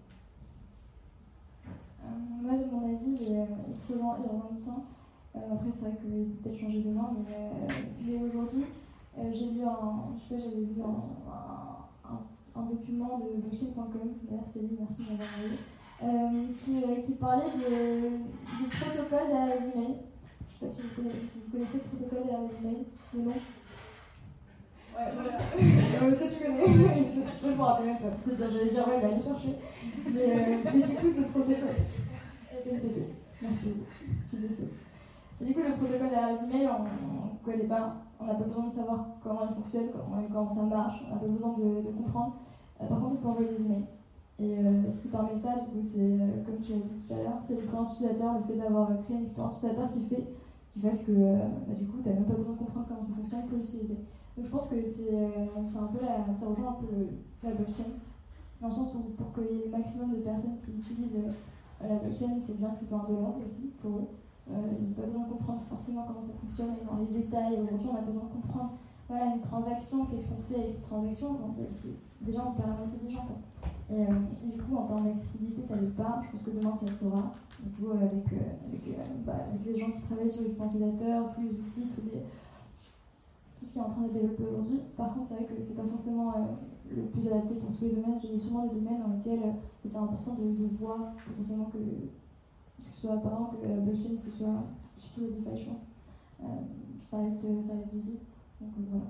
S5: Euh, moi, de mon avis, il est, il est très lent et remontant. Euh, après, c'est vrai qu'il peut peut-être changer demain, mais, euh, mais aujourd'hui, euh, j'ai lu un, je sais pas, j'avais lu un, un, un document de blockchain point com, d'ailleurs Céline, merci de m'avoir envoyé, euh, qui, euh, qui parlait de, du protocole derrière les emails. Je sais pas si vous connaissez, si vous connaissez le protocole derrière les emails, le nom. Ouais, voilà. euh, toi tu connais. Moi je me rappelle même pas. Pour te dire, j'allais dire ouais, bah allez chercher. Mais, euh, mais du coup, ce protocole. S M T P. Merci beaucoup. Tu le sais. Et du coup, le protocole derrière les emails, on ne connaît pas. On n'a pas besoin de savoir comment il fonctionne, comment, comment ça marche. On n'a pas besoin de, de comprendre. Euh, par contre, on peut envoyer des emails. Et euh, ce qui permet ça, du coup, c'est, euh, comme tu l'as dit tout à l'heure, c'est l'expérience utilisateur, le fait d'avoir créé une expérience utilisateur qui fait, qui fasse que, euh, bah, du coup, tu n'as même pas besoin de comprendre comment ça fonctionne pour l'utiliser. Donc je pense que c'est, euh, c'est un peu la, ça rejoint un peu le, la blockchain, dans le sens où pour qu'il y ait le maximum de personnes qui utilisent euh, la blockchain, c'est bien que ce soit indolent aussi pour eux. Euh, il n'y a pas besoin de comprendre forcément comment ça fonctionne et dans les détails. Aujourd'hui, on a besoin de comprendre voilà, une transaction, qu'est-ce qu'on fait avec cette transaction. Donc, c'est, déjà, on perd la moitié des gens. Quoi. Et, euh, et du coup, en termes d'accessibilité, ça l'est pas. Je pense que demain, ça le sera. Du coup, avec, euh, avec, euh, bah, avec les gens qui travaillent sur l'expérience utilisateur, tous les outils, tous les, tout ce qui est en train d'être développé aujourd'hui. Par contre, c'est vrai que c'est pas forcément euh, le plus adapté pour tous les domaines. Il y a sûrement des domaines dans lesquels euh, c'est important de, de voir potentiellement que, que ce soit apparent que la blockchain, ce soit surtout le DeFi, je pense. Euh, ça, reste, ça reste visible. Donc euh, voilà.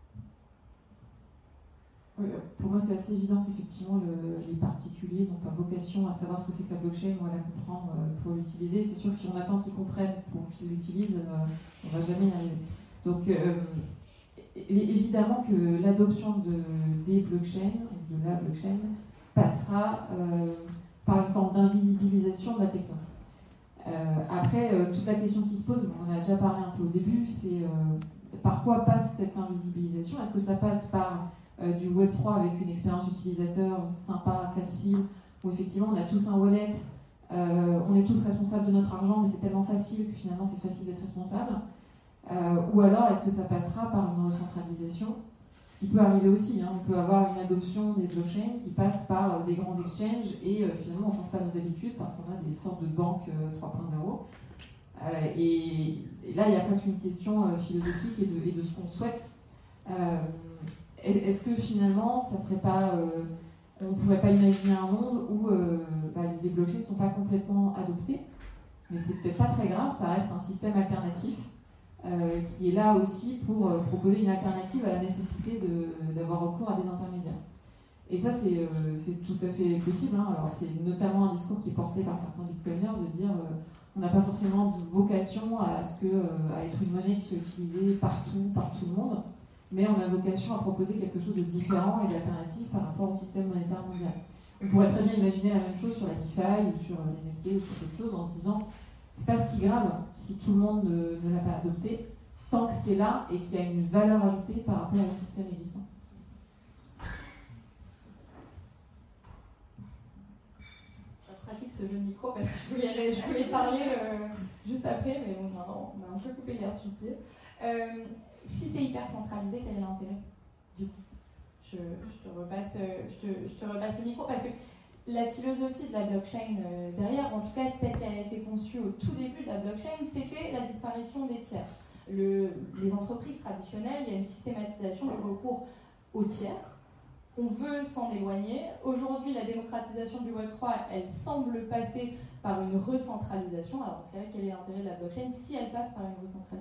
S2: Oui, pour moi, c'est assez évident qu'effectivement, le, les particuliers n'ont pas vocation à savoir ce que c'est que la blockchain ou à la comprendre euh, pour l'utiliser. C'est sûr que si on attend qu'ils comprennent pour qu'ils l'utilisent, euh, on ne va jamais y arriver. Donc, euh, évidemment que l'adoption de, des blockchains, de la blockchain, passera euh, par une forme d'invisibilisation de la techno. Euh, après, euh, toute la question qui se pose, on en a déjà parlé un peu au début, c'est euh, par quoi passe cette invisibilisation ? Est-ce que ça passe par euh, du web trois avec une expérience utilisateur sympa, facile, où effectivement on a tous un wallet, euh, on est tous responsables de notre argent, mais c'est tellement facile que finalement c'est facile d'être responsable ? Euh, ou alors, est-ce que ça passera par une recentralisation ? Ce qui peut arriver aussi, hein. On peut avoir une adoption des blockchains qui passe par euh, des grands exchanges et euh, finalement on ne change pas nos habitudes parce qu'on a des sortes de banques euh, trois point zéro. Euh, et, et là, il y a presque une question euh, philosophique et de, et de ce qu'on souhaite. Euh, est-ce que finalement, ça serait pas, euh, on ne pourrait pas imaginer un monde où euh, bah, les blockchains ne sont pas complètement adoptés, mais c'est peut-être pas très grave, ça reste un système alternatif. Euh, qui est là aussi pour euh, proposer une alternative à la nécessité de, d'avoir recours à des intermédiaires. Et ça, c'est, euh, c'est tout à fait possible. Hein. Alors, c'est notamment un discours qui est porté par certains bitcoiners de dire euh, on n'a pas forcément vocation à, ce que, euh, à être une monnaie qui soit utilisée partout, par tout le monde, mais on a vocation à proposer quelque chose de différent et d'alternatif par rapport au système monétaire mondial. On pourrait très bien imaginer la même chose sur la DeFi ou sur les N F T ou sur quelque chose en se disant c'est pas si grave si tout le monde ne, ne l'a pas adopté, tant que c'est là et qu'il y a une valeur ajoutée par rapport au système existant.
S1: Ça pratique ce jeu de micro parce que je voulais, je voulais parler euh, juste après, mais bon, maintenant, on m'a un peu coupé l'air sur le pied. Euh, si c'est hyper centralisé, quel est l'intérêt du coup je, je, te repasse, je, te, je te repasse le micro parce que la philosophie de la blockchain euh, derrière, en tout cas telle qu'elle a été conçue au tout début de la blockchain, c'était la disparition des tiers. Le, les entreprises traditionnelles, il y a une systématisation du recours aux tiers. On veut s'en éloigner. Aujourd'hui, la démocratisation du web trois, elle semble passer par une recentralisation. Alors, dans ce cas-là, quel est l'intérêt de la blockchain si elle passe par une recentralisation ?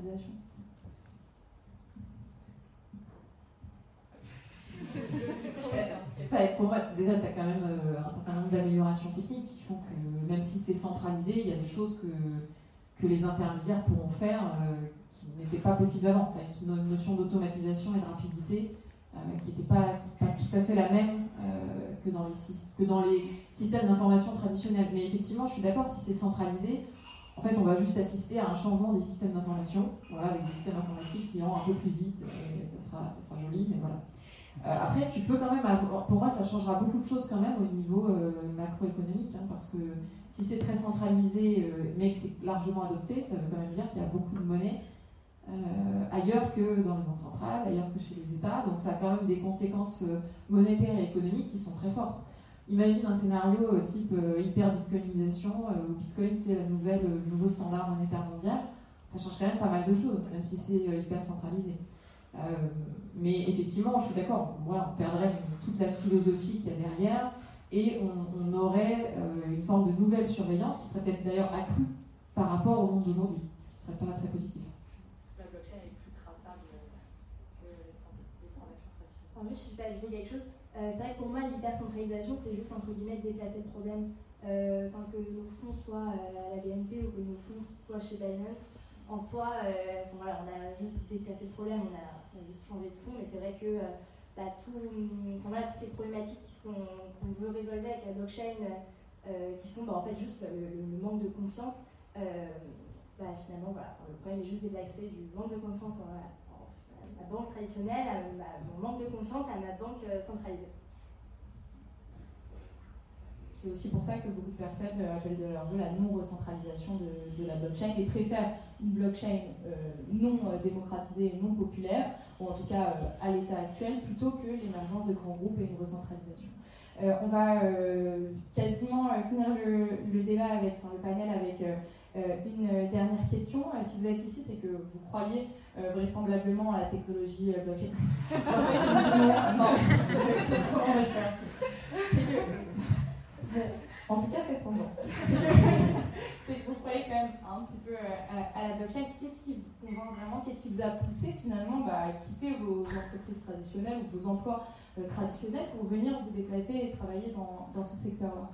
S2: Enfin, pour moi, déjà, tu as quand même euh, un certain nombre d'améliorations techniques qui font que, même si c'est centralisé, il y a des choses que, que les intermédiaires pourront faire euh, qui n'étaient pas possibles avant. Tu as une notion d'automatisation et de rapidité euh, qui n'était pas, qui pas tout à fait la même euh, que, dans les, que dans les systèmes d'information traditionnels. Mais effectivement, je suis d'accord, si c'est centralisé, en fait, on va juste assister à un changement des systèmes d'information, voilà, avec des systèmes informatiques qui iront un peu plus vite, et ça sera, ça sera joli, mais voilà. Euh, après, tu peux quand même avoir, pour moi, ça changera beaucoup de choses quand même au niveau euh, macroéconomique, hein, parce que si c'est très centralisé, euh, mais que c'est largement adopté, ça veut quand même dire qu'il y a beaucoup de monnaie euh, ailleurs que dans les banques centrales, ailleurs que chez les États, donc ça a quand même des conséquences euh, monétaires et économiques qui sont très fortes. Imagine un scénario euh, type euh, hyper-bitcoinisation, euh, où Bitcoin c'est la nouvelle, euh, le nouveau standard monétaire mondial, ça change quand même pas mal de choses, même si c'est euh, hyper centralisé. Euh, mais effectivement, je suis d'accord, voilà, on perdrait toute la philosophie qu'il y a derrière et on, on aurait euh, une forme de nouvelle surveillance qui serait peut-être d'ailleurs accrue par rapport au monde d'aujourd'hui, ce qui ne serait pas très positif.
S6: La blockchain est plus traçable que les transactions traditionnelles.
S4: Alors juste, si je peux ajouter quelque chose, euh, c'est vrai que pour moi, l'hypercentralisation, c'est juste entre guillemets déplacer le problème. Euh, que nos fonds soient euh, à la B N P ou que nos fonds soient chez Binance. En soi, euh, bon, voilà, on a juste déplacé le problème, on a, on a juste changé de fond, mais c'est vrai que euh, bah, tout, enfin, voilà, toutes les problématiques qui sont, qu'on veut résolver avec la blockchain, euh, qui sont bah, en fait juste le, le manque de confiance, euh, bah, finalement, voilà, enfin, le problème est juste déplacé du manque de confiance en, en, en ma banque traditionnelle à ma, mon manque de confiance à ma banque euh, centralisée.
S1: C'est aussi pour ça que beaucoup de personnes appellent de leur vœu la non-recentralisation de, de la blockchain et préfèrent une blockchain euh, non démocratisée et non populaire, ou en tout cas euh, à l'état actuel, plutôt que l'émergence de grands groupes et une recentralisation. Euh, on va euh, quasiment euh, finir le, le débat avec, enfin le panel avec euh, une dernière question. Euh, si vous êtes ici, c'est que vous croyez euh, vraisemblablement à la technologie euh, blockchain. En fait, on dit non, non, comment vais-je faire? C'est que en tout cas, faites semblant. C'est que vous croyez quand même un petit peu à, à la blockchain. Qu'est-ce qui vous convainc vraiment? Qu'est-ce qui vous a poussé finalement bah, à quitter vos entreprises traditionnelles ou vos emplois euh, traditionnels pour venir vous déplacer et travailler dans, dans ce secteur-là?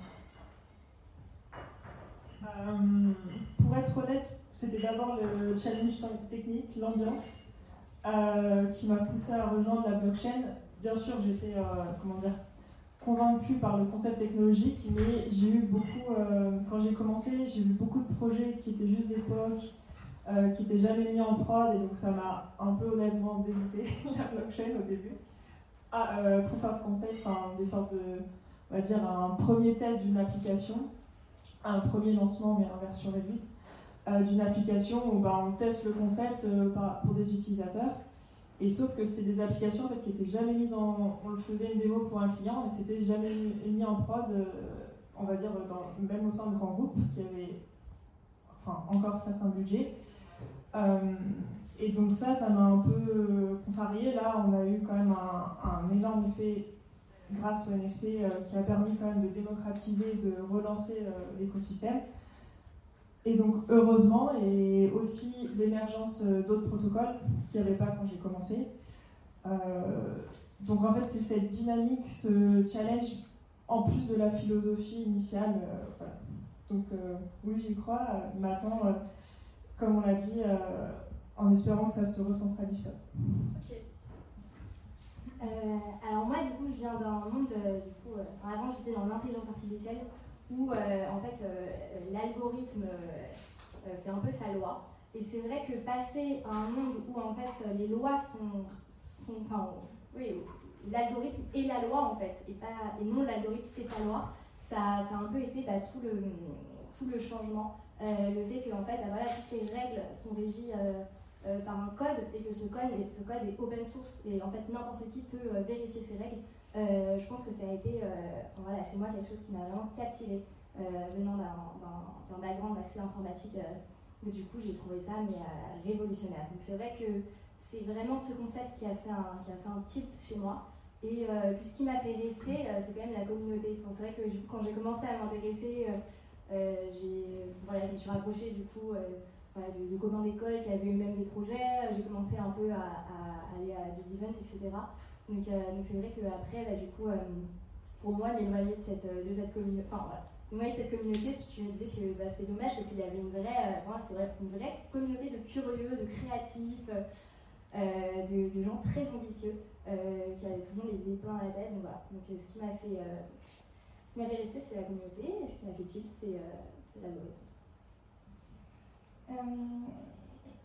S3: euh, Pour être honnête, c'était d'abord le challenge technique, l'ambiance, euh, qui m'a poussé à rejoindre la blockchain. Bien sûr, j'étais, euh, comment dire, convaincue par le concept technologique, mais j'ai eu beaucoup, euh, quand j'ai commencé, j'ai eu beaucoup de projets qui étaient juste d'époque, euh, qui n'étaient jamais mis en prod, et donc ça m'a un peu honnêtement dégoûté, la blockchain au début. Ah, euh, proof of concept, enfin des sortes de, on va dire, un premier test d'une application, un premier lancement, mais en version réduite, euh, d'une application où bah, on teste le concept euh, par, pour des utilisateurs. Et sauf que c'était des applications en fait, qui n'étaient jamais mises en... On le faisait une démo pour un client, mais c'était jamais mis en prod, euh, on va dire, dans, même au sein de grands groupes qui avaient enfin, encore certains budgets. Euh, et donc ça, ça m'a un peu contrarié. Là, on a eu quand même un, un énorme effet grâce au N F T euh, qui a permis quand même de démocratiser, de relancer euh, l'écosystème. Et donc, heureusement, et aussi l'émergence d'autres protocoles qu'il n'y avait pas quand j'ai commencé. Euh, donc, en fait, c'est cette dynamique, ce challenge, en plus de la philosophie initiale. Euh, voilà. Donc, euh, oui, j'y crois. Euh, maintenant, euh, comme on l'a dit, euh, en espérant que ça se recentralise pas.
S4: Ok. Euh, alors, moi, du coup, je viens d'un monde, euh, du coup, euh, avant, j'étais dans l'intelligence artificielle, où euh, en fait euh, l'algorithme euh, fait un peu sa loi. Et c'est vrai que passer à un monde où en fait les lois sont, sont enfin oui, l'algorithme est la loi en fait, et, pas, et non l'algorithme fait sa loi, ça, ça a un peu été bah, tout, le, tout le changement. Euh, le fait que en fait, bah, voilà, toutes les règles sont régies euh, euh, par un code et que ce code, et ce code est open source et en fait n'importe qui peut euh, vérifier ces règles. Euh, je pense que ça a été, euh, enfin, voilà, chez moi, quelque chose qui m'a vraiment captivée, euh, venant d'un, d'un, d'un background assez informatique. Euh, mais du coup, j'ai trouvé ça mais, euh, révolutionnaire. Donc c'est vrai que c'est vraiment ce concept qui a fait un, qui a fait un tilt chez moi. Et euh, puis ce qui m'a fait rester, euh, c'est quand même la communauté. Enfin, c'est vrai que quand j'ai commencé à m'intéresser, euh, euh, j'ai, voilà, je me suis rapprochée du coup euh, voilà, de, de copains d'école qui avaient eux-mêmes des projets. J'ai commencé un peu à, à aller à des events, et cetera. Donc, euh, donc c'est vrai qu'après, bah, du coup, euh, pour moi, m'éloigner de cette, de cette communauté, enfin voilà, m'éloigner de cette communauté, je me disais que bah, c'était dommage parce qu'il y avait une vraie, euh, moi, c'était une vraie communauté de curieux, de créatifs, euh, de, de gens très ambitieux, euh, qui avaient toujours les idées plein à la tête. Donc voilà, donc, euh, ce qui m'a fait, euh, ce qui m'a fait rester, c'est la communauté, et ce qui m'a fait tilt, c'est, euh, c'est l'algorithme.
S5: Euh,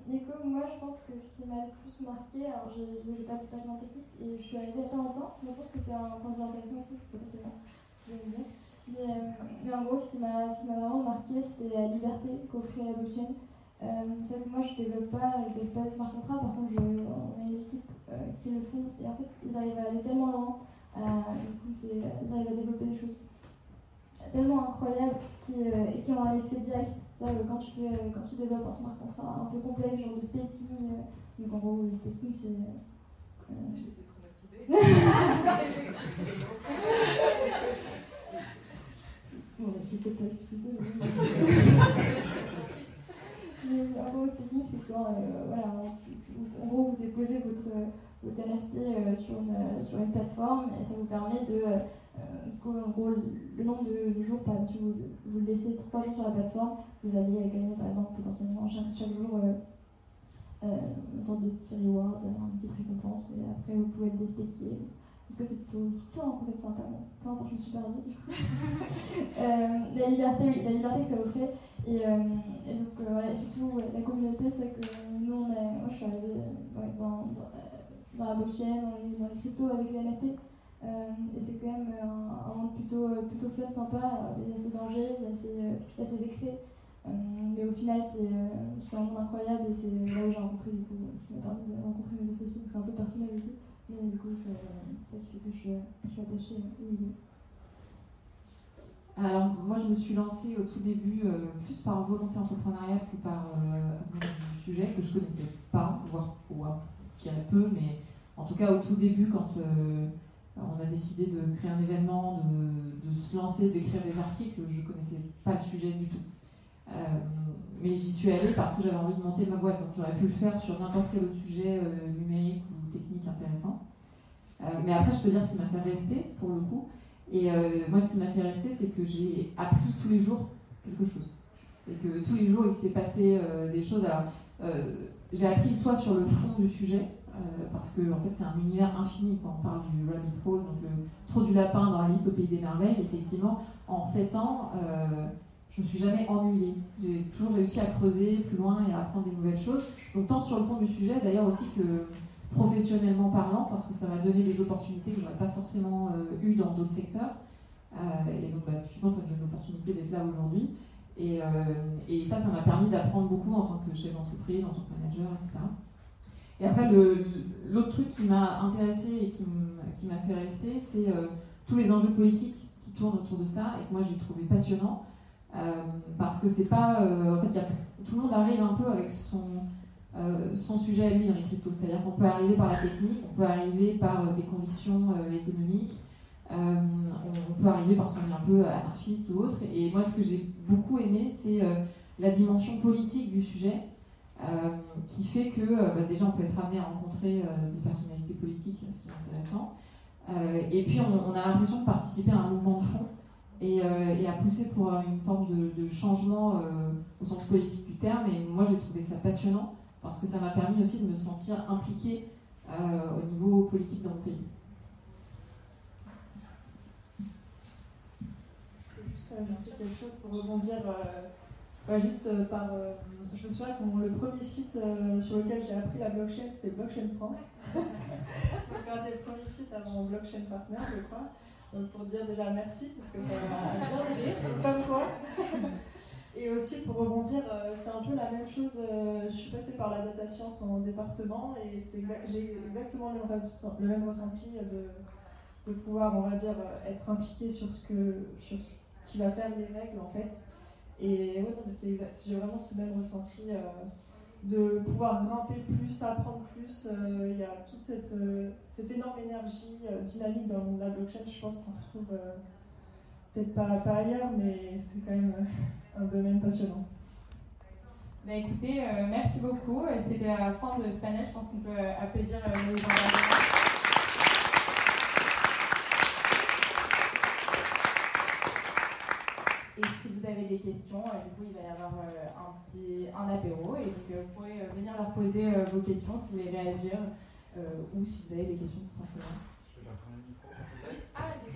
S5: Nico, moi je pense que ce qui m'a le plus marqué, alors je n'ai pas de background technique et je suis arrivée il n'y a pas longtemps, mais je pense que c'est un point de vue intéressant aussi, potentiellement, si j'aime dire. Mais, euh, mais en gros, ce qui m'a vraiment marqué, c'était la liberté qu'offrait la blockchain. Euh, c'est que moi je développe pas, je développe pas des smart contracts, par contre je, on a une équipe euh, qui le font et en fait ils arrivent à aller tellement loin, euh, du coup c'est, ils arrivent à développer des choses tellement incroyables qui, euh, et qui ont un effet direct. C'est-à-dire que quand tu, fais, quand tu développes un smart contract un peu complexe, genre de staking, euh, donc en gros le staking c'est... Euh,
S6: Je les ai traumatisés.
S5: bon, je vais peut-être pas expliquer, mais... Mais en gros, le staking, c'est quand, euh, voilà, tu, tu, en gros, vous déposez votre, votre N F T euh, sur, une, sur une plateforme et ça vous permet de, euh, en gros, le nombre de jours, par exemple, si vous, vous le laissez trois jours sur la plateforme, vous allez gagner, par exemple, potentiellement chaque, chaque jour euh, euh, une sorte de petit reward, une petite récompense, et après, vous pouvez le déstaker. En tout cas, c'est plutôt, c'est plutôt un concept sympa. Bon, peu importe, je me suis perdue. euh, la liberté, oui, la liberté que ça offrait. Et, euh, et donc, euh, voilà, surtout, ouais, la communauté, c'est que nous, on a, moi, je suis arrivée euh, ouais, dans, dans, dans la blockchain, dans les, dans les cryptos avec les N F T. Euh, et c'est quand même un, un monde plutôt, plutôt fun, sympa. Alors, il y a ses dangers, il y a ses, euh, il y a ses excès. Euh, mais au final, c'est, euh, c'est un monde incroyable et c'est là où j'ai rencontré, du coup, ce qui m'a permis de rencontrer mes associés. Donc, c'est un peu personnel aussi. Mais du coup, c'est ça qui fait que je suis, je suis attachée au milieu.
S2: Alors, moi, je me suis lancée au tout début euh, plus par volonté entrepreneuriale que par euh, du sujet que je connaissais pas, voire, voire je dirais peu, mais en tout cas, au tout début, quand euh, on a décidé de créer un événement, de, de se lancer, d'écrire des articles, je connaissais pas le sujet du tout. Euh, mais j'y suis allée parce que j'avais envie de monter ma boîte, donc j'aurais pu le faire sur n'importe quel autre sujet euh, numérique ou technique intéressant. Euh, mais après, je peux dire ce qui m'a fait rester, pour le coup. Et euh, moi, ce qui m'a fait rester, c'est que j'ai appris tous les jours quelque chose. Et que tous les jours, il s'est passé euh, des choses. Alors, euh, j'ai appris soit sur le fond du sujet, euh, parce que en fait, c'est un univers infini quand on parle du rabbit hole, donc le trou du lapin dans Alice au pays des merveilles. Effectivement, en sept ans, euh, je me suis jamais ennuyée. J'ai toujours réussi à creuser plus loin et à apprendre des nouvelles choses. Donc, tant sur le fond du sujet, d'ailleurs aussi que professionnellement parlant, parce que ça m'a donné des opportunités que je n'aurais pas forcément euh, eues dans d'autres secteurs. Euh, et donc, bah, typiquement, ça me donne l'opportunité d'être là aujourd'hui. Et, euh, et ça, ça m'a permis d'apprendre beaucoup en tant que chef d'entreprise, en tant que manager, et cetera. Et après, le, l'autre truc qui m'a intéressée et qui, qui m'a fait rester, c'est euh, tous les enjeux politiques qui tournent autour de ça et que moi, j'ai trouvé passionnant. Euh, parce que c'est pas... Euh, en fait, y a, tout le monde arrive un peu avec son... Euh, son sujet à lui dans les cryptos, c'est-à-dire qu'on peut arriver par la technique, on peut arriver par euh, des convictions euh, économiques, euh, on, on peut arriver parce qu'on est un peu anarchiste ou autre, et moi ce que j'ai beaucoup aimé c'est euh, la dimension politique du sujet, euh, qui fait que euh, bah, déjà on peut être amené à rencontrer euh, des personnalités politiques, ce qui est intéressant, euh, et puis on, on a l'impression de participer à un mouvement de fond, et, euh, et à pousser pour euh, une forme de, de changement euh, au sens politique du terme, et moi j'ai trouvé ça passionnant, parce que ça m'a permis aussi de me sentir impliquée euh, au niveau politique dans mon pays.
S3: Je peux juste ajouter quelque chose pour rebondir, euh, bah, juste euh, par... Euh, je me souviens que mon, le premier site euh, sur lequel j'ai appris la blockchain, c'était Blockchain France. Donc un des premiers sites avant Blockchain Partner, je crois. Donc pour dire déjà merci, parce que ça m'a bien aidé, comme quoi. Et aussi pour rebondir, euh, c'est un peu la même chose, euh, je suis passée par la data science en département et c'est exact, j'ai exactement le même, le même ressenti de, de pouvoir, on va dire, être impliquée sur ce, que, sur ce qui va faire les règles en fait. Et ouais, non, c'est exact, j'ai vraiment ce même ressenti euh, de pouvoir grimper plus, apprendre plus. Euh, il y a toute cette, euh, cette énorme énergie euh, dynamique dans le monde de la blockchain, je pense qu'on retrouve euh, peut-être pas, pas ailleurs, mais c'est quand même... Euh, un domaine passionnant.
S1: Bah écoutez, euh, merci beaucoup. C'était la fin de ce panel. Je pense qu'on peut applaudir euh, nos intervenants. Et si vous avez des questions, euh, du coup, il va y avoir euh, un petit un apéro. Et donc, euh, vous pourrez euh, venir leur poser euh, vos questions si vous voulez réagir euh, ou si vous avez des questions tout simplement.
S7: Je peux faire prendre le micro.
S1: Oui. Ah,